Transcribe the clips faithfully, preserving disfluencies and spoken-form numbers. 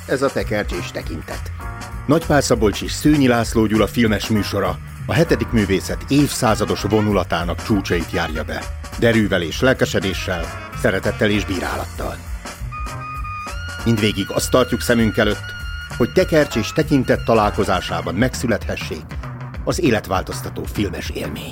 ez a Tekercs és Tekintet. Nagy Pál Szabolcs és Szőnyi László Gyula filmes műsora a hetedik művészet évszázados vonulatának csúcsait járja be. Derűvel és lelkesedéssel, szeretettel és bírálattal. Mindvégig azt tartjuk szemünk előtt, hogy Tekercs és Tekintet találkozásában megszülethessék az életváltoztató filmes élmény.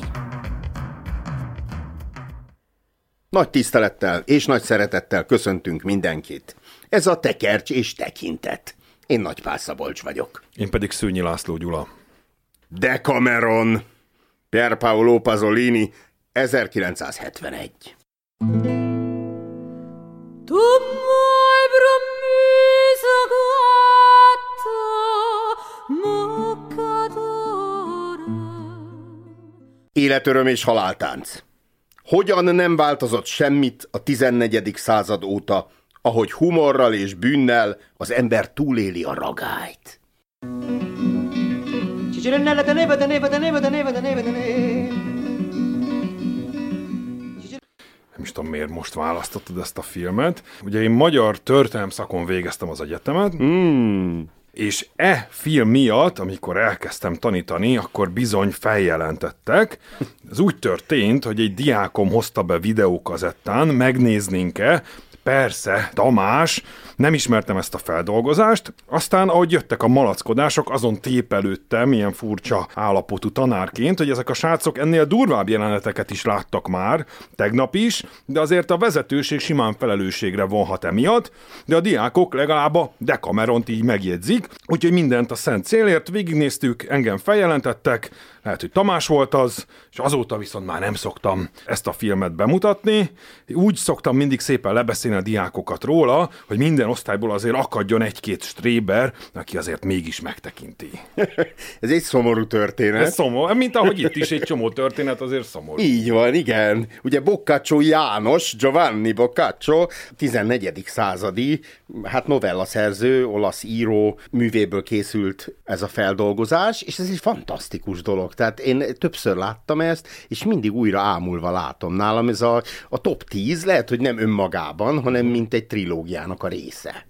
Nagy tisztelettel és nagy szeretettel köszöntünk mindenkit. Ez a Tekercs és Tekintet. Én Nagy Pál Szabolcs vagyok. Én pedig Szőnyi László Gyula. Decameron. Pier Paolo Pasolini, ezerkilencszázhetvenegy. Tu m'hai promesso gatta, moccadora. Életöröm és haláltánc. Hogyan nem változott semmit a tizennegyedik század óta, ahogy humorral és bűnnel az ember túléli a ragályt. Nem is tudom, miért most választottad ezt a filmet. Ugye én magyar történelem szakon végeztem az egyetemet, Mm. és e film miatt, amikor elkezdtem tanítani, akkor bizony feljelentettek. Ez úgy történt, hogy egy diákom hozta be videókazettán, megnéznénk-e. Persze, Tamás, nem ismertem ezt a feldolgozást, aztán ahogy jöttek a malackodások, azon tépelődtem ilyen furcsa állapotú tanárként, hogy ezek a srácok ennél durvább jeleneteket is láttak már, tegnap is, de azért a vezetőség simán felelősségre vonhat emiatt, de a diákok legalább a Decameront így megjegyzik, úgyhogy mindent a szent célért végignéztük, engem feljelentettek, lehet, hogy Tamás volt az, és azóta viszont már nem szoktam ezt a filmet bemutatni. Úgy szoktam mindig szépen lebeszélni a diákokat róla, hogy minden osztályból azért akadjon egy-két stréber, aki azért mégis megtekinti. Ez egy szomorú történet. Ez szomorú, mint ahogy itt is egy csomó történet azért szomorú. Így van, igen. Ugye Boccaccio János, Giovanni Boccaccio, tizennegyedik századi, hát novellaszerző, olasz író művéből készült ez a feldolgozás, és ez egy fantasztikus dolog. Tehát én többször láttam ezt, és mindig újra ámulva látom. Nálam ez a, a top tíz, lehet, hogy nem önmagában, hanem mint egy trilógiának a része.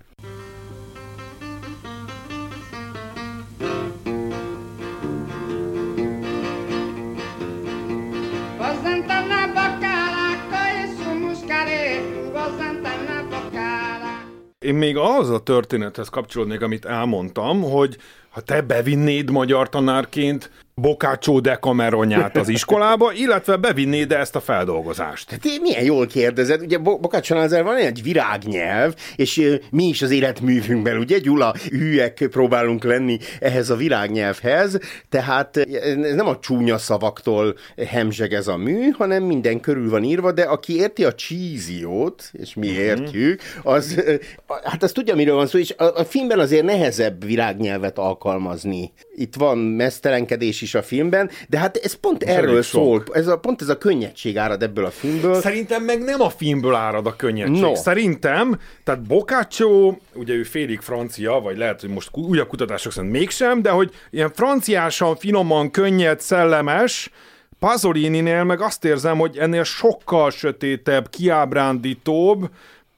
Én még ahhoz a történethez kapcsolódnék, amit elmondtam, hogy ha te bevinnéd magyar tanárként Boccaccio Decameronját az iskolába, illetve bevinnéd ezt a feldolgozást. Hát milyen jól kérdezed, ugye Boccacciónál van egy virágnyelv, és uh, mi is az életművünkben, ugye Gyula, hülyek próbálunk lenni ehhez a virágnyelvhez, tehát ez nem a csúnya szavaktól hemzseg ez a mű, hanem minden körül van írva, de aki érti a csíziót, és mi értjük, az, uh, hát azt tudja, miről van szó, és a, a filmben azért nehezebb virágnyelvet alkalmazni. Itt van mesztelenkedés is a filmben, de hát ez pont ez erről szól. Ez a, pont ez a könnyedség árad ebből a filmből. Szerintem meg nem a filmből árad a könnyedség. No. Szerintem, tehát Boccaccio, ugye ő félig francia, vagy lehet, hogy most újabb kutatások szerint mégsem, de hogy ilyen franciásan, finoman, könnyed, szellemes, Pasolininél meg azt érzem, hogy ennél sokkal sötétebb, kiábrándítóbb,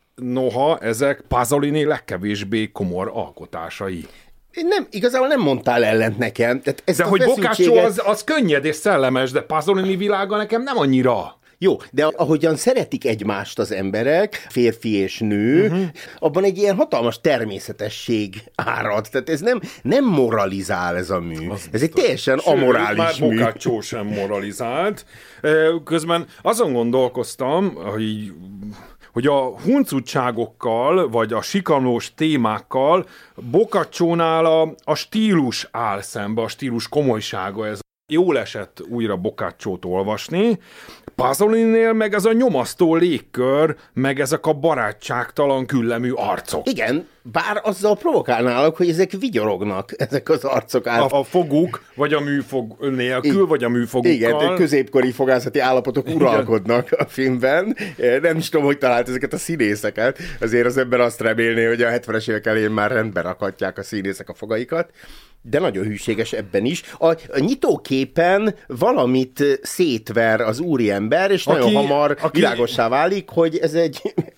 noha ezek Pasolini legkevésbé komor alkotásai. Nem, igazából nem mondtál ellent nekem. Tehát ezt de a hogy feszültséget... Boccaccio az, az könnyed és szellemes, de Pasolini világa nekem nem annyira. Jó, de ahogyan szeretik egymást az emberek, férfi és nő, uh-huh. abban egy ilyen hatalmas természetesség árad. Tehát ez nem, nem moralizál ez a mű. Az ez egy teljesen sőt, amorális már mű. Boccaccio sem moralizált. Közben azon gondolkoztam, hogy... hogy a huncutságokkal, vagy a sikanós témákkal Boccacciónál a, a stílus áll szembe, a stílus komolysága. Ez jól esett újra Boccacciót olvasni. Pasolininél meg ez a nyomasztó légkör, meg ezek a barátságtalan küllemű arcok. Igen, bár azzal provokálnálok, hogy ezek vigyorognak, ezek az arcok át. A, a foguk, vagy a műfog nélkül, I- vagy a műfogukkal. Igen, középkori fogászati állapotok uralkodnak a filmben. Nem is tudom, hogy talált ezeket a színészeket. Azért az ember azt remélné, hogy a hetvenes évek elején már rendbe rakhatják a színészek a fogaikat. De nagyon hűséges ebben is. A, a nyitóképen valamit szétver az úriember, és aki, nagyon hamar aki... világossá válik, hogy ez egy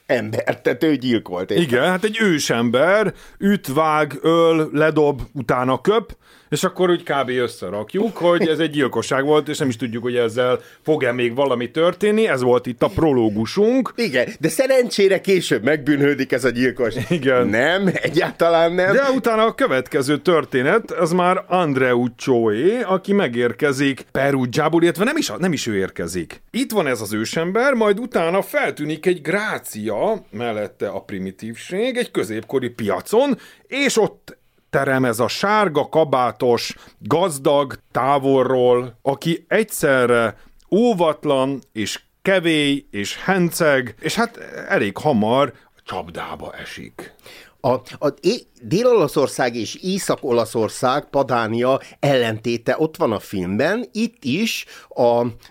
embert, tehát ő gyilkolt. Éppen. Igen, hát egy ősember üt, vág, öl, ledob, utána köp, és akkor úgy kb. Összerakjuk, hogy ez egy gyilkosság volt, és nem is tudjuk, hogy ezzel fog-e még valami történni. Ez volt itt a prológusunk. Igen, de szerencsére később megbűnhődik ez a gyilkos. Igen. Nem, egyáltalán nem. De utána a következő történet, az már Andreu Choé, aki megérkezik Perugiából, illetve nem is, nem is ő érkezik. Itt van ez az ősember, majd utána feltűnik egy Grácia, mellette a primitívség, egy középkori piacon, és ott terem ez a sárga kabátos, gazdag távolról, aki egyszerre óvatlan, és kevély, és henceg, és hát elég hamar csapdába esik. A, a Dél-Olaszország és Észak-Olaszország, Padánia ellentéte ott van a filmben, itt is a,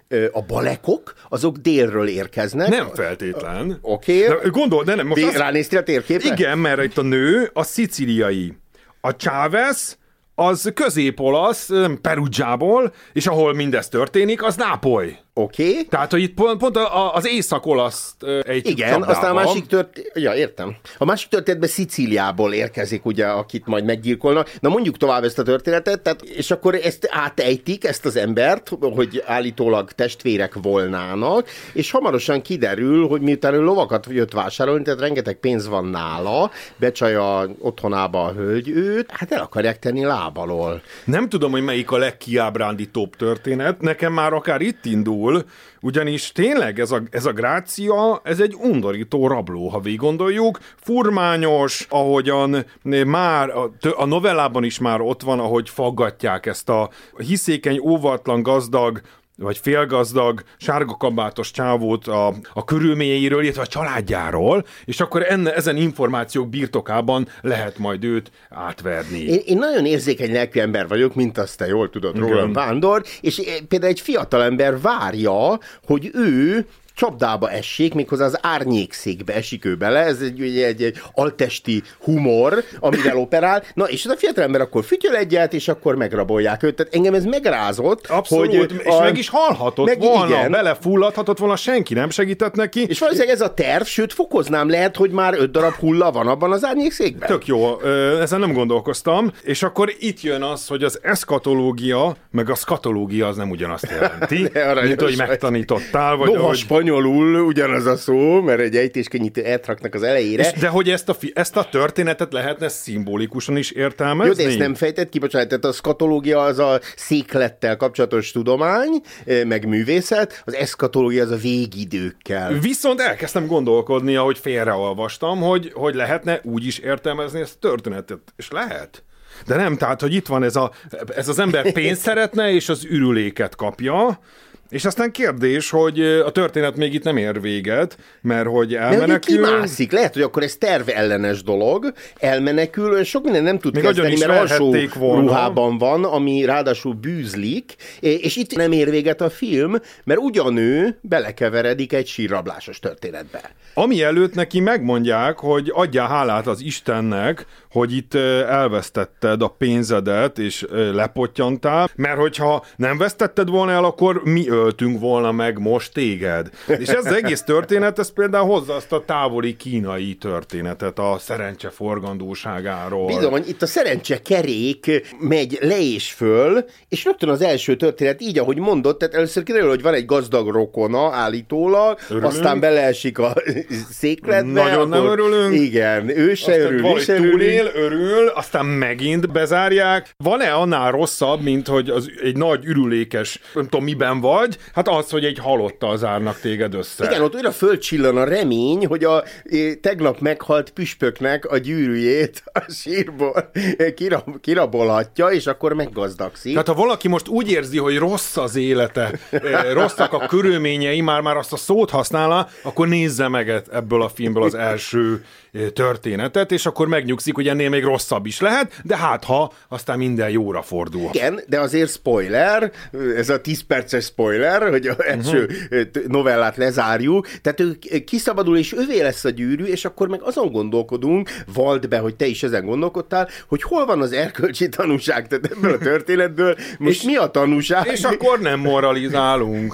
a balekok, azok délről érkeznek. Nem feltétlen. Oké. Okay. Gondol, de nem. Most azt... Ránéztél a térképre? Igen, mert itt a nő a szicíliai. A Chávez az közép-olasz, Perugiából, és ahol mindez történik, az Nápoly. Oké. Okay. Tehát, hogy itt pont, pont az észak-olasz egy igen, csapdába. Aztán a másik történet... Ja, értem. A másik történetben Szicíliából érkezik, ugye, akit majd meggyilkolnak. Na, mondjuk tovább ezt a történetet, tehát, és akkor ezt átejtik, ezt az embert, hogy állítólag testvérek volnának, és hamarosan kiderül, hogy miután ő lovakat jött vásárolni, tehát rengeteg pénz van nála, becsalja otthonába a hölgy őt, hát el akarják tenni lábalól. Nem tudom, hogy melyik a legkiábrándítóbb történet, nekem már akár itt indul, ugyanis tényleg ez a, ez a Grácia, ez egy undorító rabló, ha végig gondoljuk, furmányos, ahogyan már a, a novellában is már ott van, ahogy faggatják ezt a hiszékeny, óvatlan, gazdag, vagy félgazdag, sárgakabátos csávót a, a körülményeiről, illetve a családjáról, és akkor enne, ezen információk birtokában lehet majd őt átverni. Én, én nagyon érzékeny lelkű ember vagyok, mint azt te jól tudod rólam, Vándor, és például egy fiatalember várja, hogy ő csapdába essék, méghozzá az árnyékszékbe esik ő bele, ez egy, egy, egy, egy altesti humor, amivel operál. Na, és az a fiatalember akkor fütyöl egyet, és akkor megrabolják őt. Tehát engem ez megrázott. Abszolút, hogy és a... meg is halhatott meg volna, igen. Belefulladhatott volna, senki nem segített neki. És valószínűleg ez a terv, sőt, fokoznám, lehet, hogy már öt darab hulla van abban az árnyékszékben. Tök jó, ezen nem gondolkoztam, és akkor itt jön az, hogy az eszkatológia, meg a szkatológia az nem ugyanazt jelenti, mint hogy megtanítottál, vagy Noha ahogy... spanyolul ugyanaz a szó, mert egy ejtéskönnyítő etraknak az elejére. És de hogy ezt a, fi- ezt a történetet lehetne szimbolikusan is értelmezni? Jó, de ezt nem fejtett ki, bocsánat, tehát a szkatológia az a széklettel kapcsolatos tudomány, meg művészet, az eszkatológia az a végidőkkel. Viszont elkezdtem gondolkodni, ahogy félreolvastam, hogy, hogy lehetne úgy is értelmezni ezt a történetet. És lehet. De nem, tehát, hogy itt van ez, a, ez az ember pénzt szeretne, és az ürüléket kapja, és aztán kérdés, hogy a történet még itt nem ér véget, mert hogy elmenekül... De kimászik, lehet, hogy akkor ez tervellenes dolog, elmenekül, sok minden nem tud még kezdeni, mert alsó ruhában van, ami ráadásul bűzlik, és itt nem ér véget a film, mert ugyanő belekeveredik egy sírrablásos történetbe. Ami előtt neki megmondják, hogy adjál hálát az Istennek, hogy itt elvesztetted a pénzedet, és lepottyantál, mert hogyha nem vesztetted volna el, akkor mi öltünk volna meg most téged. És ez az egész történet, ez például hozza azt a távoli kínai történetet a szerencse forgandóságáról. Bizony, itt a szerencse kerék megy le és föl, és rögtön az első történet, így ahogy mondott, tehát először kiderül, hogy van egy gazdag rokona állítólag, örülünk. Aztán beleesik a székletbe. Nagyon nem örülünk. Igen, ő se aztán örül, mi se túlél, örül, aztán megint bezárják. Van-e annál rosszabb, mint hogy az egy nagy ürülékes, nem tudom miben vagy, hát az, hogy egy halottal zárnak téged össze. Igen, ott újra fölcsillan a remény, hogy a tegnap meghalt püspöknek a gyűrűjét a sírból kirab, kirabolhatja, és akkor meggazdagszik. Tehát ha valaki most úgy érzi, hogy rossz az élete, rosszak a körülményei, már-már azt a szót használna, akkor nézze meg ebből a filmből az első történetet, és akkor megnyugszik, hogy ennél még rosszabb is lehet, de hát ha, aztán minden jóra fordul. Igen, de azért spoiler, ez a tíz perces spoiler, hogy az első uh-huh. novellát lezárjuk, tehát ő kiszabadul, és ővé lesz a gyűrű, és akkor meg azon gondolkodunk, vald be, hogy te is ezen gondolkodtál, hogy hol van az erkölcsi tanúság, tehát ebből a történetből most és, mi a tanúság? És akkor nem moralizálunk.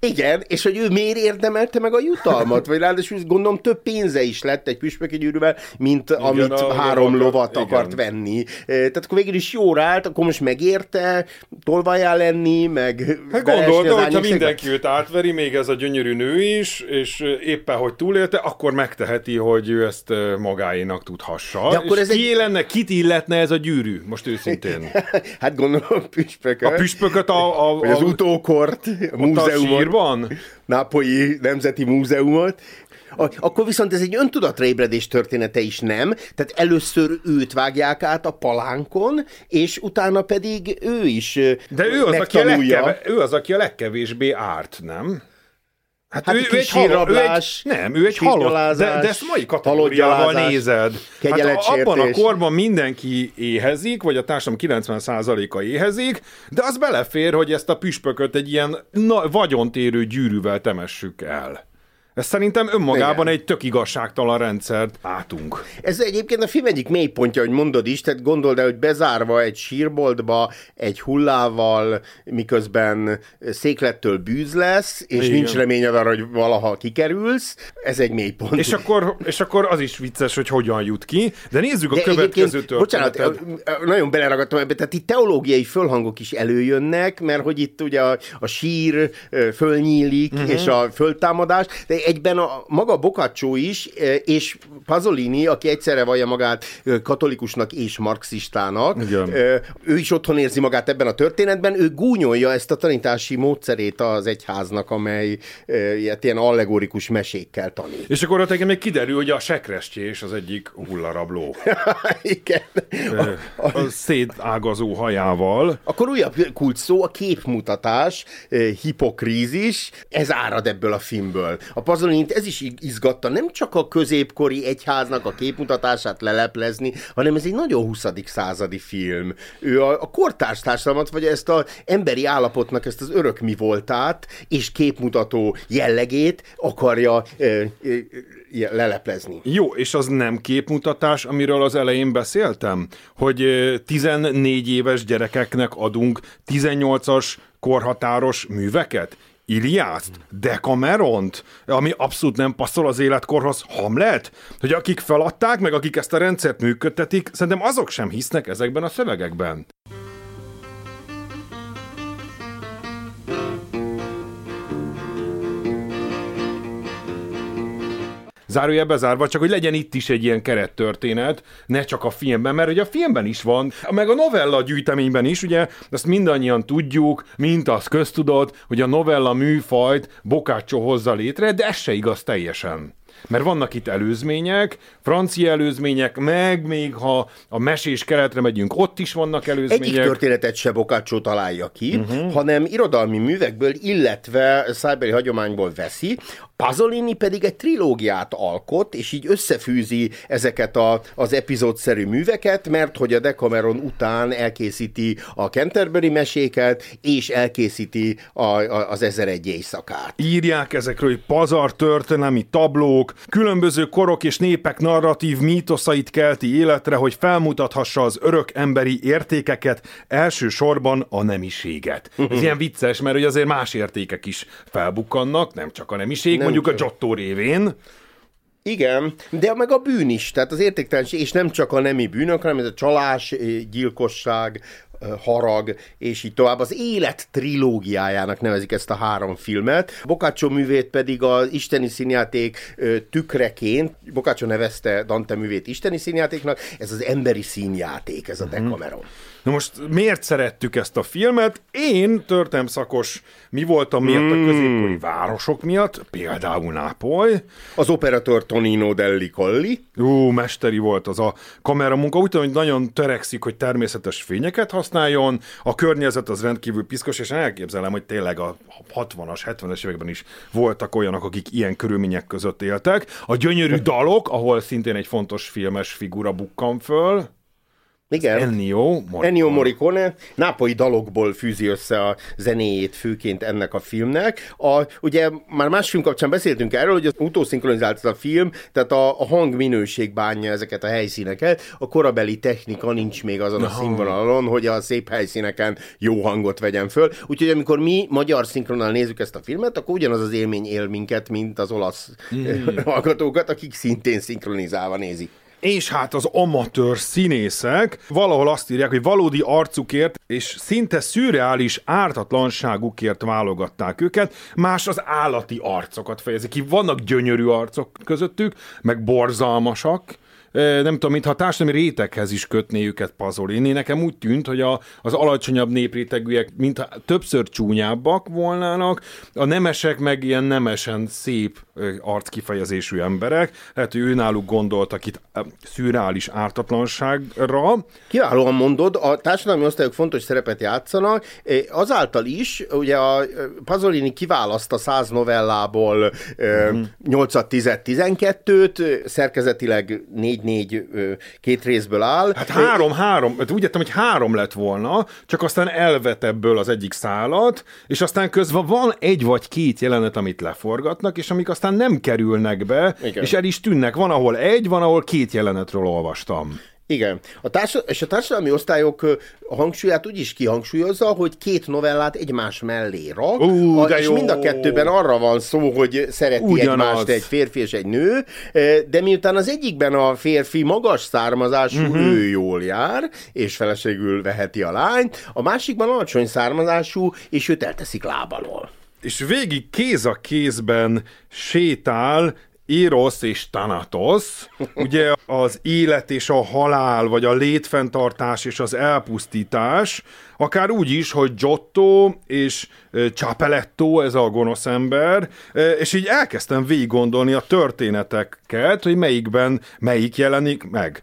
Igen, és hogy ő miért érdemelte meg a jutalmat, vagy ráadásul gondolom több pénze is lett egy püspöki gyűrűvel, mint igen, amit a, három lovat igen. akart venni. Tehát akkor végül is jól állt, akkor most megérte tolvajá lenni, meg... Hát gondolta, hogyha mindenki őt átveri, még ez a gyönyörű nő is, és éppen, hogy túlélte, akkor megteheti, hogy ő ezt magáénak tudhassa. De akkor és ez ki egy... lenne, kit illetne ez a gyűrű, most őszintén? Hát gondolom püspököt. A püspököt a... a, a az utókort, a múzeumot. Van? Nápolyi Nemzeti Múzeumot. Akkor viszont ez egy öntudatreébredés története is, nem? Tehát először őt vágják át a palánkon, és utána pedig ő is De ő az, aki a, legkeve, ő az, aki a legkevésbé árt, nem? Hát, hát ő, ő, egy hal, ő egy Nem, ő egy halott, de, de ezt mai kategóriával nézed. Hát abban a korban mindenki éhezik, vagy a társadalom kilencven százaléka éhezik, de az belefér, hogy ezt a püspököt egy ilyen na, vagyontérő gyűrűvel temessük el. Ez szerintem önmagában igen. egy tök igazságtalan rendszert látunk. Ez egyébként a film egyik mélypontja, hogy mondod is, tehát gondold el, hogy bezárva egy sírboltba, egy hullával, miközben széklettől bűz lesz, és igen. nincs reményed arra, hogy valaha kikerülsz, ez egy mélypont. És akkor, és akkor az is vicces, hogy hogyan jut ki, de nézzük a de következő történetet. Bocsánat, nagyon beleragadtam ebbe, tehát itt teológiai fölhangok is előjönnek, mert hogy itt ugye a, a sír fölnyílik, uh-huh. és a földtámadás, de egyben a maga Boccaccio is, és Pasolini, aki egyszerre vallja magát katolikusnak és marxistának, igen. ő is otthon érzi magát ebben a történetben, ő gúnyolja ezt a tanítási módszerét az egyháznak, amely ilyen allegorikus mesékkel tanít. És akkor ott még kiderül, hogy a sekrestjés az egyik hullarabló. Igen. A, a, a szétágazó hajával. Akkor újabb kult szó, a képmutatás, hipokrízis, ez árad ebből a filmből. A Pasolint ez is izgatta, nem csak a középkori egyháznak a képmutatását leleplezni, hanem ez egy nagyon huszadik századi film. Ő a, a kortárs társadalmat, vagy ezt az emberi állapotnak, ezt az örök mi voltát, és képmutató jellegét akarja e, e, leleplezni. Jó, és az nem képmutatás, amiről az elején beszéltem? Hogy tizennégy éves gyerekeknek adunk tizennyolcas korhatáros műveket? Iliászt, Decameront, ami abszolút nem passzol az életkorhoz, Hamlet, hogy akik feladták, meg akik ezt a rendszert működtetik, szerintem azok sem hisznek ezekben a szövegekben. Zárójelbe zárva, csak hogy legyen itt is egy ilyen kerettörténet, ne csak a filmben, mert ugye a filmben is van, meg a novella gyűjteményben is, ugye, ezt mindannyian tudjuk, mint az köztudott, hogy a novella műfajt Boccaccio hozza létre, de ez se igaz teljesen. Mert vannak itt előzmények, francia előzmények, meg még ha a mesés keletre megyünk, ott is vannak előzmények. Egyik történetet se Boccaccio találja ki, uh-huh. hanem irodalmi művekből, illetve szájbeli hagyományból veszi, Pasolini pedig egy trilógiát alkot, és így összefűzi ezeket a, az epizódszerű műveket, mert hogy a Decameron után elkészíti a Canterbury meséket, és elkészíti a, a, az Ezeregy éjszakát. Írják ezekről, hogy pazar történelmi tablók, különböző korok és népek narratív mítoszait kelti életre, hogy felmutathassa az örök emberi értékeket, elsősorban a nemiséget. Ez ilyen vicces, mert hogy azért más értékek is felbukkannak, nem csak a nemiség, nem mondjuk csak a Giotto révén. Igen, de meg a bűn is, tehát az értéktelenség, és nem csak a nemi bűnök, hanem ez a csalás, gyilkosság, harag, és így tovább. Az élet trilógiájának nevezik ezt a három filmet. Boccaccio művét pedig az isteni színjáték tükreként, Boccaccio nevezte Dante művét isteni színjátéknak, ez az emberi színjáték, ez a Decameron. Na most miért szerettük ezt a filmet? Én történelemszakos mi voltam miatt a középkori városok miatt, például Nápoly. Az operatőr Tonino Delli Colli. Ú, mesteri volt az a kameramunka. Úgy tudom, hogy nagyon törekszik, hogy természetes fényeket használjon. A környezet az rendkívül piszkos, és elképzelem, hogy tényleg a hatvanas, hetvenes években is voltak olyanok, akik ilyen körülmények között éltek. A gyönyörű dalok, ahol szintén egy fontos filmes figura bukkan föl. Igen. Ennio Morricone. Ennio Morricone nápolyi dalokból fűzi össze a zenéjét főként ennek a filmnek. A, ugye már más film kapcsán beszéltünk erről, hogy az utószinkronizált ez a film, tehát a, a hangminőség bánja ezeket a helyszíneket. A korabeli technika nincs még azon a Aha. színvonalon, hogy a szép helyszíneken jó hangot vegyen föl. Úgyhogy amikor mi magyar szinkronnal nézzük ezt a filmet, akkor ugyanaz az élmény él minket, mint az olasz mm. hallgatókat, akik szintén szinkronizálva nézik. És hát az amatőr színészek valahol azt írják, hogy valódi arcukért és szinte szürreális ártatlanságukért válogatták őket, más az állati arcokat fejezi ki. Vannak gyönyörű arcok közöttük, meg borzalmasak, nem tudom, mintha a társadalmi réteghez is kötné őket Pasolini. Nekem úgy tűnt, hogy a, az alacsonyabb néprétegűek mintha többször csúnyábbak volnának, a nemesek meg ilyen nemesen szép arckifejezésű emberek. Lehet, hogy őnáluk gondoltak itt szürreális ártatlanságra. Kiválóan mondod, a társadalmi osztályok fontos szerepet játszanak, azáltal is, ugye a Pasolini kiválaszt a száz novellából mm. nyolcat, tízet, tizenkettőt, szerkezetileg négy-négy két részből áll. Hát három-három, úgy értem, hogy három lett volna, csak aztán elvet ebből az egyik szálat, és aztán közben van egy vagy két jelenet, amit leforgatnak, és amik aztán nem kerülnek be, igen. És el is tűnnek. Van, ahol egy, van, ahol két jelenetről olvastam. Igen. A társ- és a társadalmi osztályok hangsúlyát úgy is kihangsúlyozza, hogy két novellát egymás mellé rak, Ú, a, de és jó. mind a kettőben arra van szó, hogy szereti Ugyanaz. egymást egy férfi és egy nő, de miután az egyikben a férfi magas származású, uh-huh. ő jól jár, és feleségül veheti a lányt, a másikban alacsony származású, és őt elteszik lábalól. És végig kéz a kézben sétál Eros és Thanatos, ugye az élet és a halál, vagy a létfenntartás és az elpusztítás, akár úgy is, hogy Giotto és Cappelletto, ez a gonosz ember, és így elkezdtem végig gondolni a történeteket, hogy melyikben melyik jelenik meg.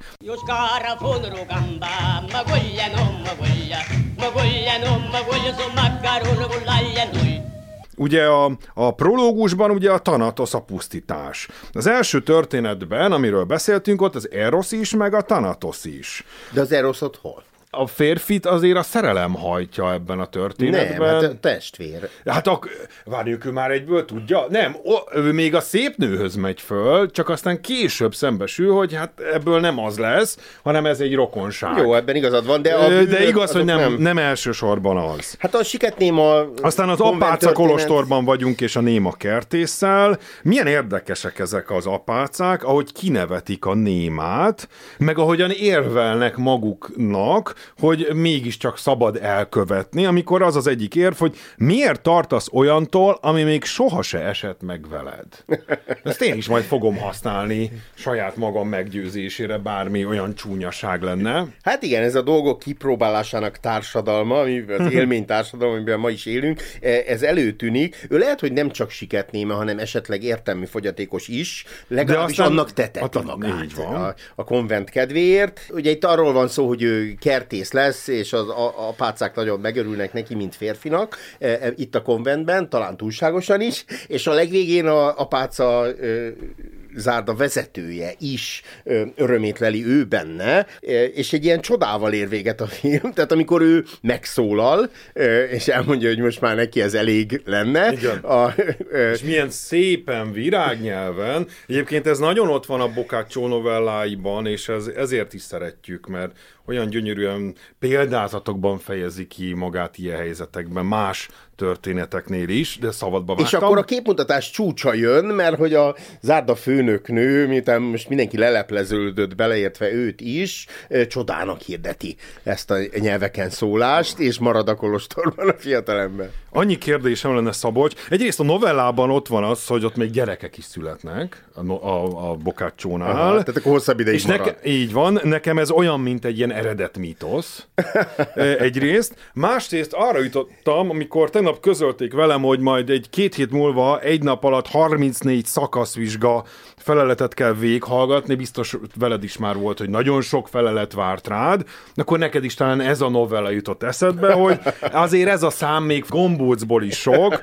Ugye a, a prológusban ugye a Thanatos a pusztítás. Az első történetben, amiről beszéltünk, ott az Eros is, meg a Thanatos is. De az Erosot hol? A férfit azért a szerelem hajtja ebben a történetben. Nem, hát testvér. Hát ak- várjuk, ő már egyből tudja? Nem, o- ő még a szép nőhöz megy föl, csak aztán később szembesül, hogy hát ebből nem az lesz, hanem ez egy rokonság. Jó, ebben igazad van, de... A Ö, de bűnök, igaz, hogy nem, nem... nem elsősorban az. Hát a Siketnéma... Aztán az apáca kolostorban vagyunk, és a néma kertésszel. Milyen érdekesek ezek az apácák, ahogy kinevetik a némát, meg ahogyan érvelnek maguknak, hogy mégiscsak szabad elkövetni, amikor az az egyik érv, hogy miért tartasz olyantól, ami még soha se esett meg veled. Ezt én is majd fogom használni saját magam meggyőzésére, bármi olyan csúnyaság lenne. Hát igen, ez a dolgok kipróbálásának társadalma, ami az élmény társadalma, amiben ma is élünk, ez előtűnik. Ő lehet, hogy nem csak Siketnéma, hanem esetleg értelmi fogyatékos is, legalábbis aztán, annak teteti a, magát a, a konvent kedvéért. Ugye itt arról van szó, hogy ő kertész lesz, és az apácák nagyon megörülnek neki, mint férfinak, e, itt a konventben, talán túlságosan is, és a legvégén a apáca e, zárda vezetője is ö, örömét leli ő benne, és egy ilyen csodával ér véget a film, tehát amikor ő megszólal, ö, és elmondja, hogy most már neki ez elég lenne. A, ö, és milyen szépen virágnyelven, egyébként ez nagyon ott van a Boccaccio novelláiban, és ez, ezért is szeretjük, mert olyan gyönyörűen példázatokban fejezi ki magát ilyen helyzetekben, más történeteknél is, de szabadba vágtam. És akkor a képmutatás csúcsa jön, mert hogy a zárda főnöknő, miután most mindenki lelepleződött, beleértve őt is, csodának hirdeti ezt a nyelveken szólást, és marad a kolostorban a fiatalember. Annyi kérdésem lenne, Szabolcs. Egyrészt a novellában ott van az, hogy ott még gyerekek is születnek a, a, a Boccacciónál. Aha, tehát akkor hosszabb ideig és marad. Neke, így van, nekem ez olyan, mint egy ilyen eredet mítosz. Egyrészt. Másrészt arra jutottam, amikor tegnap közölték velem, hogy majd egy két hét múlva egy nap alatt harmincnégy szakaszvizsga feleletet kell végighallgatni, biztos veled is már volt, hogy nagyon sok felelet várt rád, akkor neked is talán ez a novella jutott eszedbe, hogy azért ez a szám még gombócból is sok.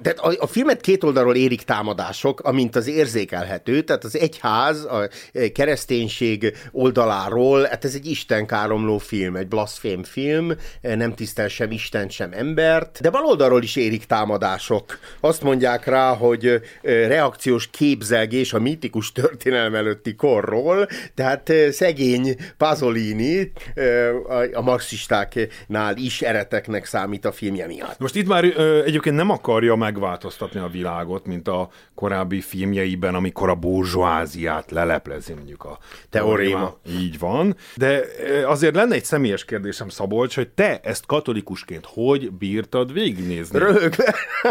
Tehát a, a filmet két oldalról érik támadások, amint az érzékelhető, tehát az egyház, a kereszténység oldaláról, hát ez egy istenkáromló film, egy blasfém film, nem tisztel sem Isten, sem embert, de bal oldalról is érik támadások. Azt mondják rá, hogy reakciós képzelgés a mítikus történelem előtti korról, tehát szegény Pasolini a marxistáknál is ereteknek számít a filmje miatt. Most itt már ö, egyébként nem akarja megváltoztatni a világot, mint a korábbi filmjeiben, amikor a burzsóáziát leleplezi, mondjuk a teoréma. Így van. De ö, azért lenne egy személyes kérdésem, Szabolcs, hogy te ezt katolikusként hogy bírtad végignézni? Röhögve.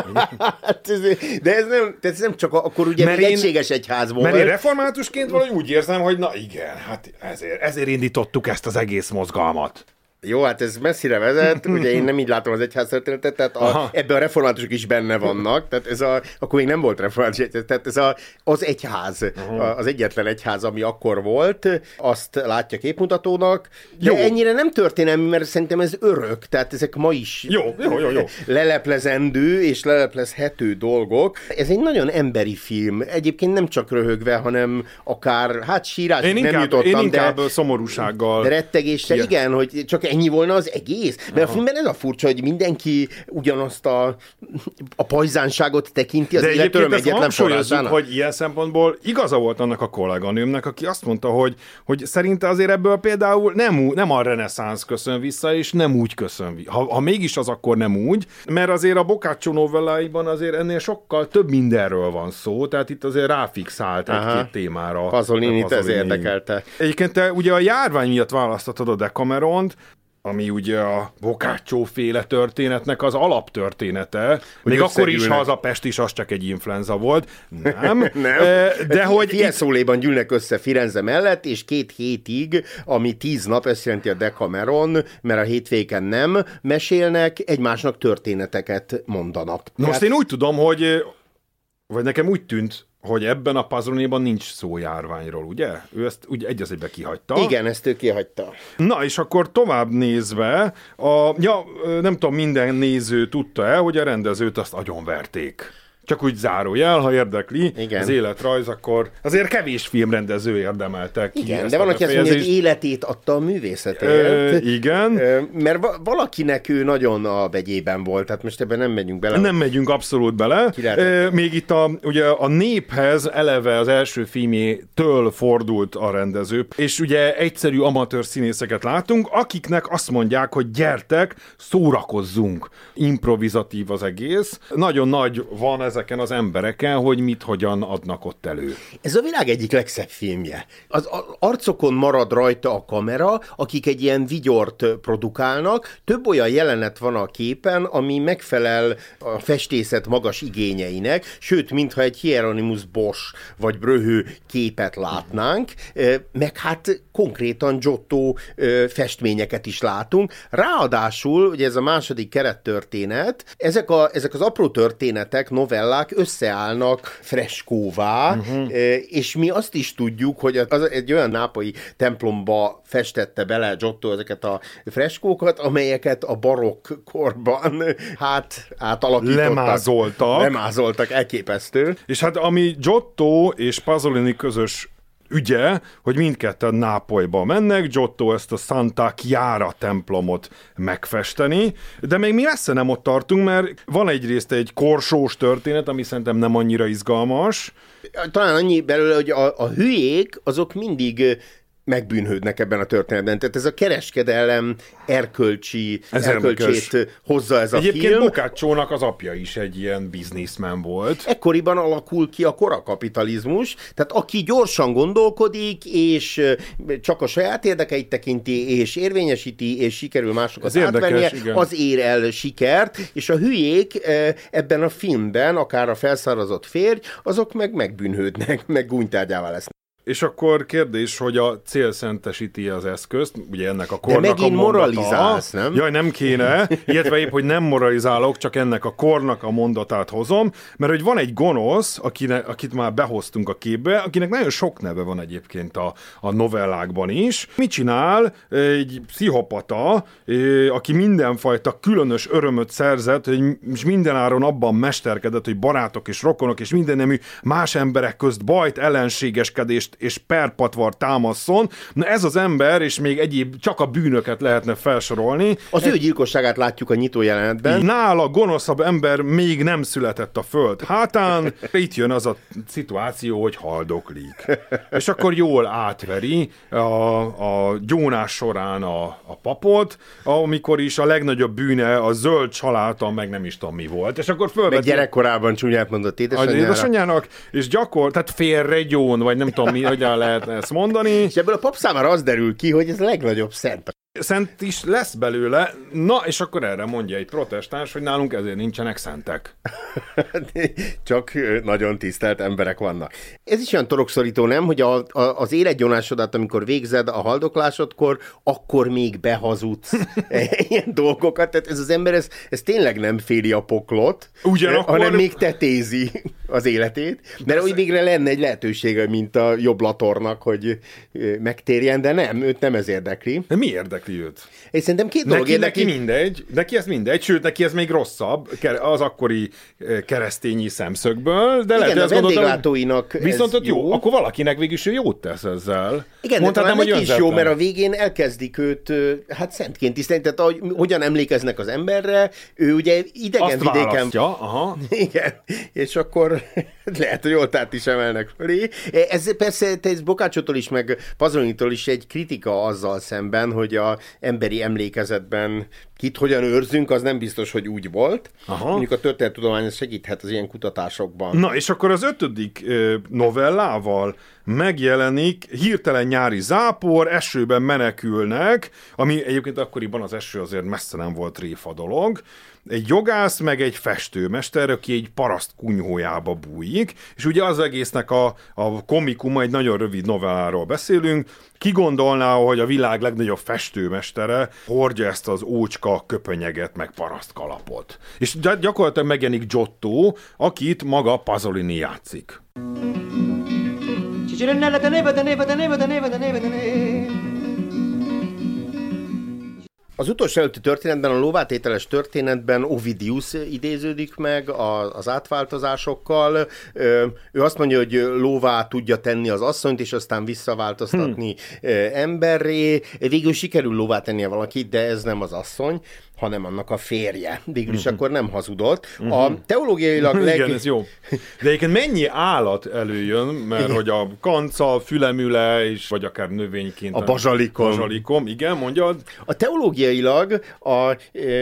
De ez nem, ez nem csak akkor ugye mert még én, egységes egyház volt. Mert én reformátusként valahogy úgy érzem, hogy na igen, hát ezért, ezért indítottuk ezt az egész mozgalmat. Jó, hát ez messzire vezet, ugye én nem így látom az egyház történetet, tehát a, ebben a reformátusok is benne vannak, tehát ez a, akkor még nem volt református, tehát ez a, az egyház, uh-huh. az egyetlen egyház, ami akkor volt, azt látja képmutatónak, de jó. Ennyire nem történelmi, mert szerintem ez örök, tehát ezek ma is jó, jó, jó, jó. leleplezendő és leleplezhető dolgok. Ez egy nagyon emberi film, egyébként nem csak röhögve, hanem akár, hát sírásig nem inkább, jutottam, én inkább de, szomorúsággal. De rettegéssel, igen. igen, hogy csak ennyi volna az egész. Mert aha. A filmben ez a furcsa, hogy mindenki ugyanazt a, a pajzánságot tekinti az életöröm egyetlen forrásának. Hogy ilyen szempontból igaza volt annak a kolléganőmnek, aki azt mondta, hogy, hogy szerinte azért ebből például nem, nem a reneszánsz köszön vissza, és nem úgy köszön vissza. Ha, ha mégis az, akkor nem úgy, mert azért a Boccaccio novelláiban azért ennél sokkal több mindenről van szó, tehát itt azért ráfixált egy-két témára. Pasolinit ez érdekelte. Egyébként te ugye a járvány miatt választottad a Decameront, ami ugye a Boccaccio-féle történetnek az alaptörténete. Még akkor is, ha az a pestis, az csak egy influenza volt. Nem. Nem. De hogy... Fieszoléban gyűlnek össze Firenze mellett, és két hétig, ami tíz nap, ezt jelenti a Decameron, mert a hétvéken nem, mesélnek, egymásnak történeteket mondanak. Most hát... én úgy tudom, hogy vagy nekem úgy tűnt, hogy ebben a Pasoliniban nincs szó járványról, ugye? Ő ezt ugye egy az egybe kihagyta. Igen, ezt ő kihagyta. Na, és akkor tovább nézve, a, ja, nem tudom, minden néző tudta-e, hogy a rendezőt azt agyonverték. Csak úgy zárójel, ha érdekli, igen. Az életrajz, akkor azért kevés filmrendező érdemelte ki. Igen, de van, aki azt mondja, hogy életét adta a művészetért. E, igen. E, mert valakinek ő nagyon a begyében volt, tehát most ebben nem megyünk bele. Nem megyünk abszolút bele. E, még itt a, ugye a Néphez eleve az első filmjétől fordult a rendező, és ugye egyszerű amatőr színészeket látunk, akiknek azt mondják, hogy gyertek, szórakozzunk. Improvizatív az egész. Nagyon nagy van ez ezeken az embereken, hogy mit, hogyan adnak ott elő. Ez a világ egyik legszebb filmje. Az arcokon marad rajta a kamera, akik egy ilyen vigyort produkálnak. Több olyan jelenet van a képen, ami megfelel a festészet magas igényeinek, sőt, mintha egy Hieronymus Bosch vagy Bröhő képet látnánk, meg hát konkrétan Giotto festményeket is látunk. Ráadásul, ugye ez a második kerettörténet, ezek, a, ezek az apró történetek, novellák összeállnak freskóvá, uh-huh. és mi azt is tudjuk, hogy az egy olyan nápolyi templomba festette bele Giotto ezeket a freskókat, amelyeket a barokk korban hát átalakítottak. Lemázoltak. Lemázoltak, elképesztő. És hát ami Giotto és Pasolini közös ügye, hogy mindketten Nápolyba mennek, Giotto ezt a Santa Chiara templomot megfesteni, de még mi messze nem ott tartunk, mert van egyrészt egy korsós történet, ami szerintem nem annyira izgalmas. Talán annyi belőle, hogy a, a hülyék azok mindig megbűnhődnek ebben a történetben. Tehát ez a kereskedelem erkölcsi, ez erkölcsét érdekes. Hozza ez a Egyébként film. Egyébként Boccacciónak az apja is egy ilyen businessman volt. Ekkoriban alakul ki a korakapitalizmus, tehát aki gyorsan gondolkodik, és csak a saját érdekeit tekinti, és érvényesíti, és sikerül másokat átvennie, az ér el sikert, és a hülyék ebben a filmben, akár a felszárazott férj, azok meg megbűnhődnek, meg gúnytárgyává lesznek. És akkor kérdés, hogy a cél szentesíti az eszközt, ugye ennek a kornak de megint a mondata. moralizálsz, nem? Jaj, nem kéne, illetve épp, hogy nem moralizálok, csak ennek a kornak a mondatát hozom, mert hogy van egy gonosz, akine, akit már behoztunk a képbe, akinek nagyon sok neve van egyébként a, a novellákban is. Mit csinál? Egy pszichopata, aki mindenfajta különös örömöt szerzett, hogy mindenáron abban mesterkedett, hogy barátok és rokonok és mindennemű más emberek közt bajt, ellenségeskedést és perpatvar támaszon. Na ez az ember, és még egyéb csak a bűnöket lehetne felsorolni. Az ő gyilkosságát látjuk a nyitó jelenetben. Nála gonoszabb ember még nem született a föld hátán. Itt jön az a szituáció, hogy haldoklik. És akkor jól átveri a, a gyónás során a, a papot, amikor is a legnagyobb bűne a zöld csaláta, meg nem is tudom mi volt. És akkor fölveti... Meg gyerekkorában csúnyát mondott édesanyjára. Édesanyjának, és gyakor, tehát félre gyón, vagy nem tudom mi, hogyan lehetne ezt mondani. És ebből a pap számára az derül ki, hogy ez a legnagyobb szent. Szent is lesz belőle, na, és akkor erre mondja egy protestáns, hogy nálunk ezért nincsenek szentek. Csak nagyon tisztelt emberek vannak. Ez is olyan torokszorító, nem, hogy a, a, az életgyonásodat, amikor végzed a haldoklásodkor, akkor még behazudsz ilyen dolgokat. Tehát ez az ember, ez, ez tényleg nem féli a poklot, ugyanakkor... hanem még tetézi az életét. Mert úgy végre lenne egy lehetősége, mint a jobb latornak, hogy megtérjen, de nem, őt nem ez érdekli. De mi érdekli őt? És szerintem két dolog neki, érdekli. neki mindegy, neki ez mindegy, sőt, neki ez még rosszabb az akkori keresztényi szemszögből, de igen, lehet, a vendéglátóinak viszont ott jó, jó, akkor valakinek végül is jót tesz ezzel. Igen, mondhatnám, de talán neki is jó, mert a a végén elkezdik őt, hát szentként tisztelni, tehát ahogy, hogyan emlékeznek az emberre, ő ugye idegen azt vidéken... választja, aha. Igen, és akkor lehet, hogy oltárt is emelnek fölé. Ez persze, ez Boccacciótól is, meg Pasolinitól is egy kritika azzal szemben, hogy a emberi emlékezetben kit hogyan őrzünk, az nem biztos, hogy úgy volt. Aha. Mondjuk a történettudomány segíthet az ilyen kutatásokban. Na, és akkor az ötödik novellával megjelenik hirtelen nyári zápor, esőben menekülnek, ami egyébként akkoriban az eső azért messze nem volt tréfa dolog. Egy jogász, meg egy festőmester, aki egy paraszt kunyhójába bújik, és ugye az egésznek a, a komikuma, egy nagyon rövid novelláról beszélünk. Ki gondolná, hogy a világ legnagyobb festőmestere hordja ezt az ócska köpönyeget, meg paraszt kalapot. És gyakorlatilag megjelenik Giotto, akit maga Pasolini játszik. Az utolsó előtti történetben, a lóvátételes történetben Ovidius idéződik meg az átváltozásokkal. Ő azt mondja, hogy lóvá tudja tenni az asszonyt, és aztán visszaváltoztatni hmm. emberré. Végül sikerül lóvá tennie valakit, de ez nem az asszony, hanem annak a férje. Végül is uh-huh. akkor nem hazudott. Uh-huh. A teológiailag leg... Igen, ez jó. De egyébként mennyi állat előjön, mert igen. hogy a kanca, fülemüle, és vagy akár növényként. A bazsalikom. Bazsalikom, igen, mondjad. A teológiailag a,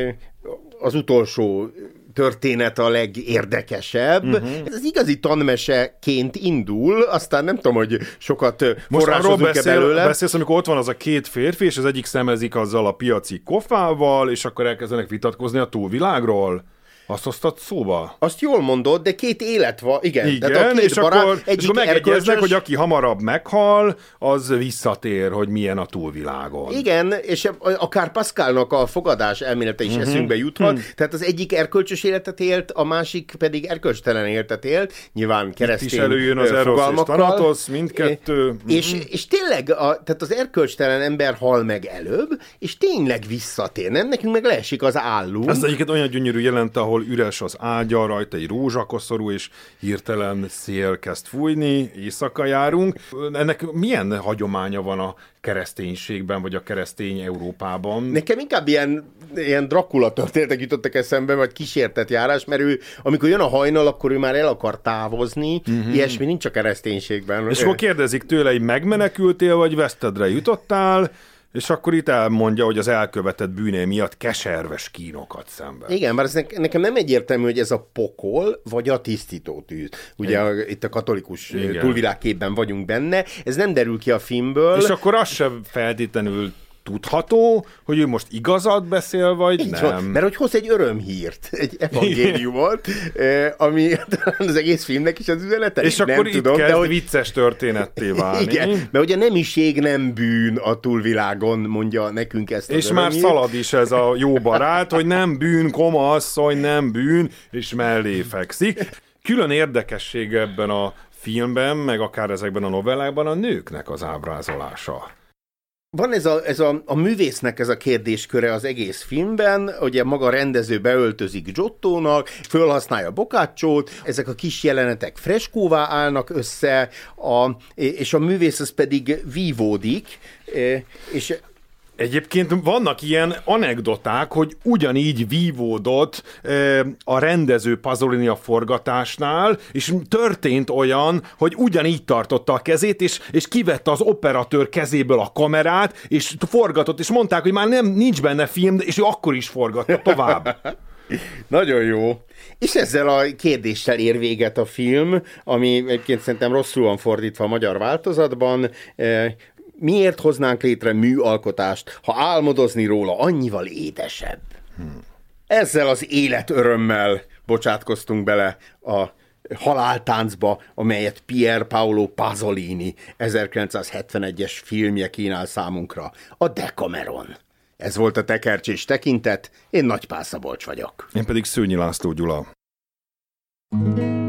az utolsó történet a legérdekesebb. Uh-huh. Ez az igazi tanmeseként indul, aztán nem tudom, hogy sokat forrásozunk-e belőle. Beszélsz, amikor ott van az a két férfi, és az egyik szemezik azzal a piaci kofával, és akkor elkezdenek vitatkozni a túlvilágról. Azt hoztad szóba? Azt jól mondod, de két élet van. Igen, igen tehát a két és, barát, akkor, és akkor megegyeznek, erkölcsös... hogy aki hamarabb meghal, az visszatér, hogy milyen a túlvilágon. Igen, és akár Pascalnak a fogadás elmélete is uh-huh. eszünkbe juthat. Uh-huh. Tehát az egyik erkölcsös életet élt, a másik pedig erkölcstelen életet élt. Nyilván keresztény itt is előjön az Eros és Thanatos, mindkettő. Uh-huh. És, és tényleg, a, tehát az erkölcstelen ember hal meg előbb, és tényleg visszatér. Nem? Nekünk meg leesik az állunk. Ez egyiket olyan gyönyörű jelent, ahol üres az ágya, rajta egy rózsakoszorú, és hirtelen szél kezd fújni, éjszaka járunk. Ennek milyen hagyománya van a kereszténységben, vagy a keresztény Európában? Nekem inkább ilyen, ilyen Dracula történetek jutottak eszembe, vagy kísértett járás, mert ő, amikor jön a hajnal, akkor ő már el akar távozni, uh-huh. ilyesmi nincs a kereszténységben. És akkor kérdezik tőle, hogy megmenekültél, vagy vesztedre jutottál, és akkor itt elmondja, hogy az elkövetett bűné miatt keserves kínokat szemben. Igen, bár ez ne- nekem nem egyértelmű, hogy ez a pokol, vagy a tisztító tűz. Ugye a, itt a katolikus igen. túlvilágképben vagyunk benne, ez nem derül ki a filmből. És akkor az sem feltétlenül tudható, hogy ő most igazat beszél, vagy Így nem. van, mert hogy hoz egy örömhírt, egy evangéliumot, ami az egész filmnek is az üzenete. És nem akkor itt tudom, kezd de hogy... vicces történetté válni. Igen, mert ugye nemiség nem bűn a túlvilágon, mondja nekünk ezt az És már örömhírt. szalad is ez a jó barát, hogy nem bűn, koma asszony, nem bűn, és mellé fekszik. Külön érdekesség ebben a filmben, meg akár ezekben a novellákban a nőknek az ábrázolása. Van ez, a, ez a, a művésznek ez a kérdésköre az egész filmben, ugye maga a rendező beöltözik Giottónak, fölhasználja Boccacciót, ezek a kis jelenetek freskóvá állnak össze, a, és a művész az pedig vívódik, és Egyébként vannak ilyen anekdoták, hogy ugyanígy vívódott e, a rendező Pasolini a forgatásnál, és történt olyan, hogy ugyanígy tartotta a kezét, és, és kivette az operatőr kezéből a kamerát, és forgatott, és mondták, hogy már nem nincs benne film, és ő akkor is forgatta tovább. Nagyon jó. És ezzel a kérdéssel ér véget a film, ami egyébként szerintem rosszul van fordítva a magyar változatban. Miért hoznánk létre műalkotást, ha álmodozni róla annyival édesebb? Hmm. Ezzel az életörömmel bocsátkoztunk bele a haláltáncba, amelyet Pier Paolo Pasolini ezerkilencszázhetvenegyes filmje kínál számunkra, a Decameron. Ez volt a Tekercsés tekintet, én Nagy Pál Szabolcs vagyok. Én pedig Szőnyi László Gyula.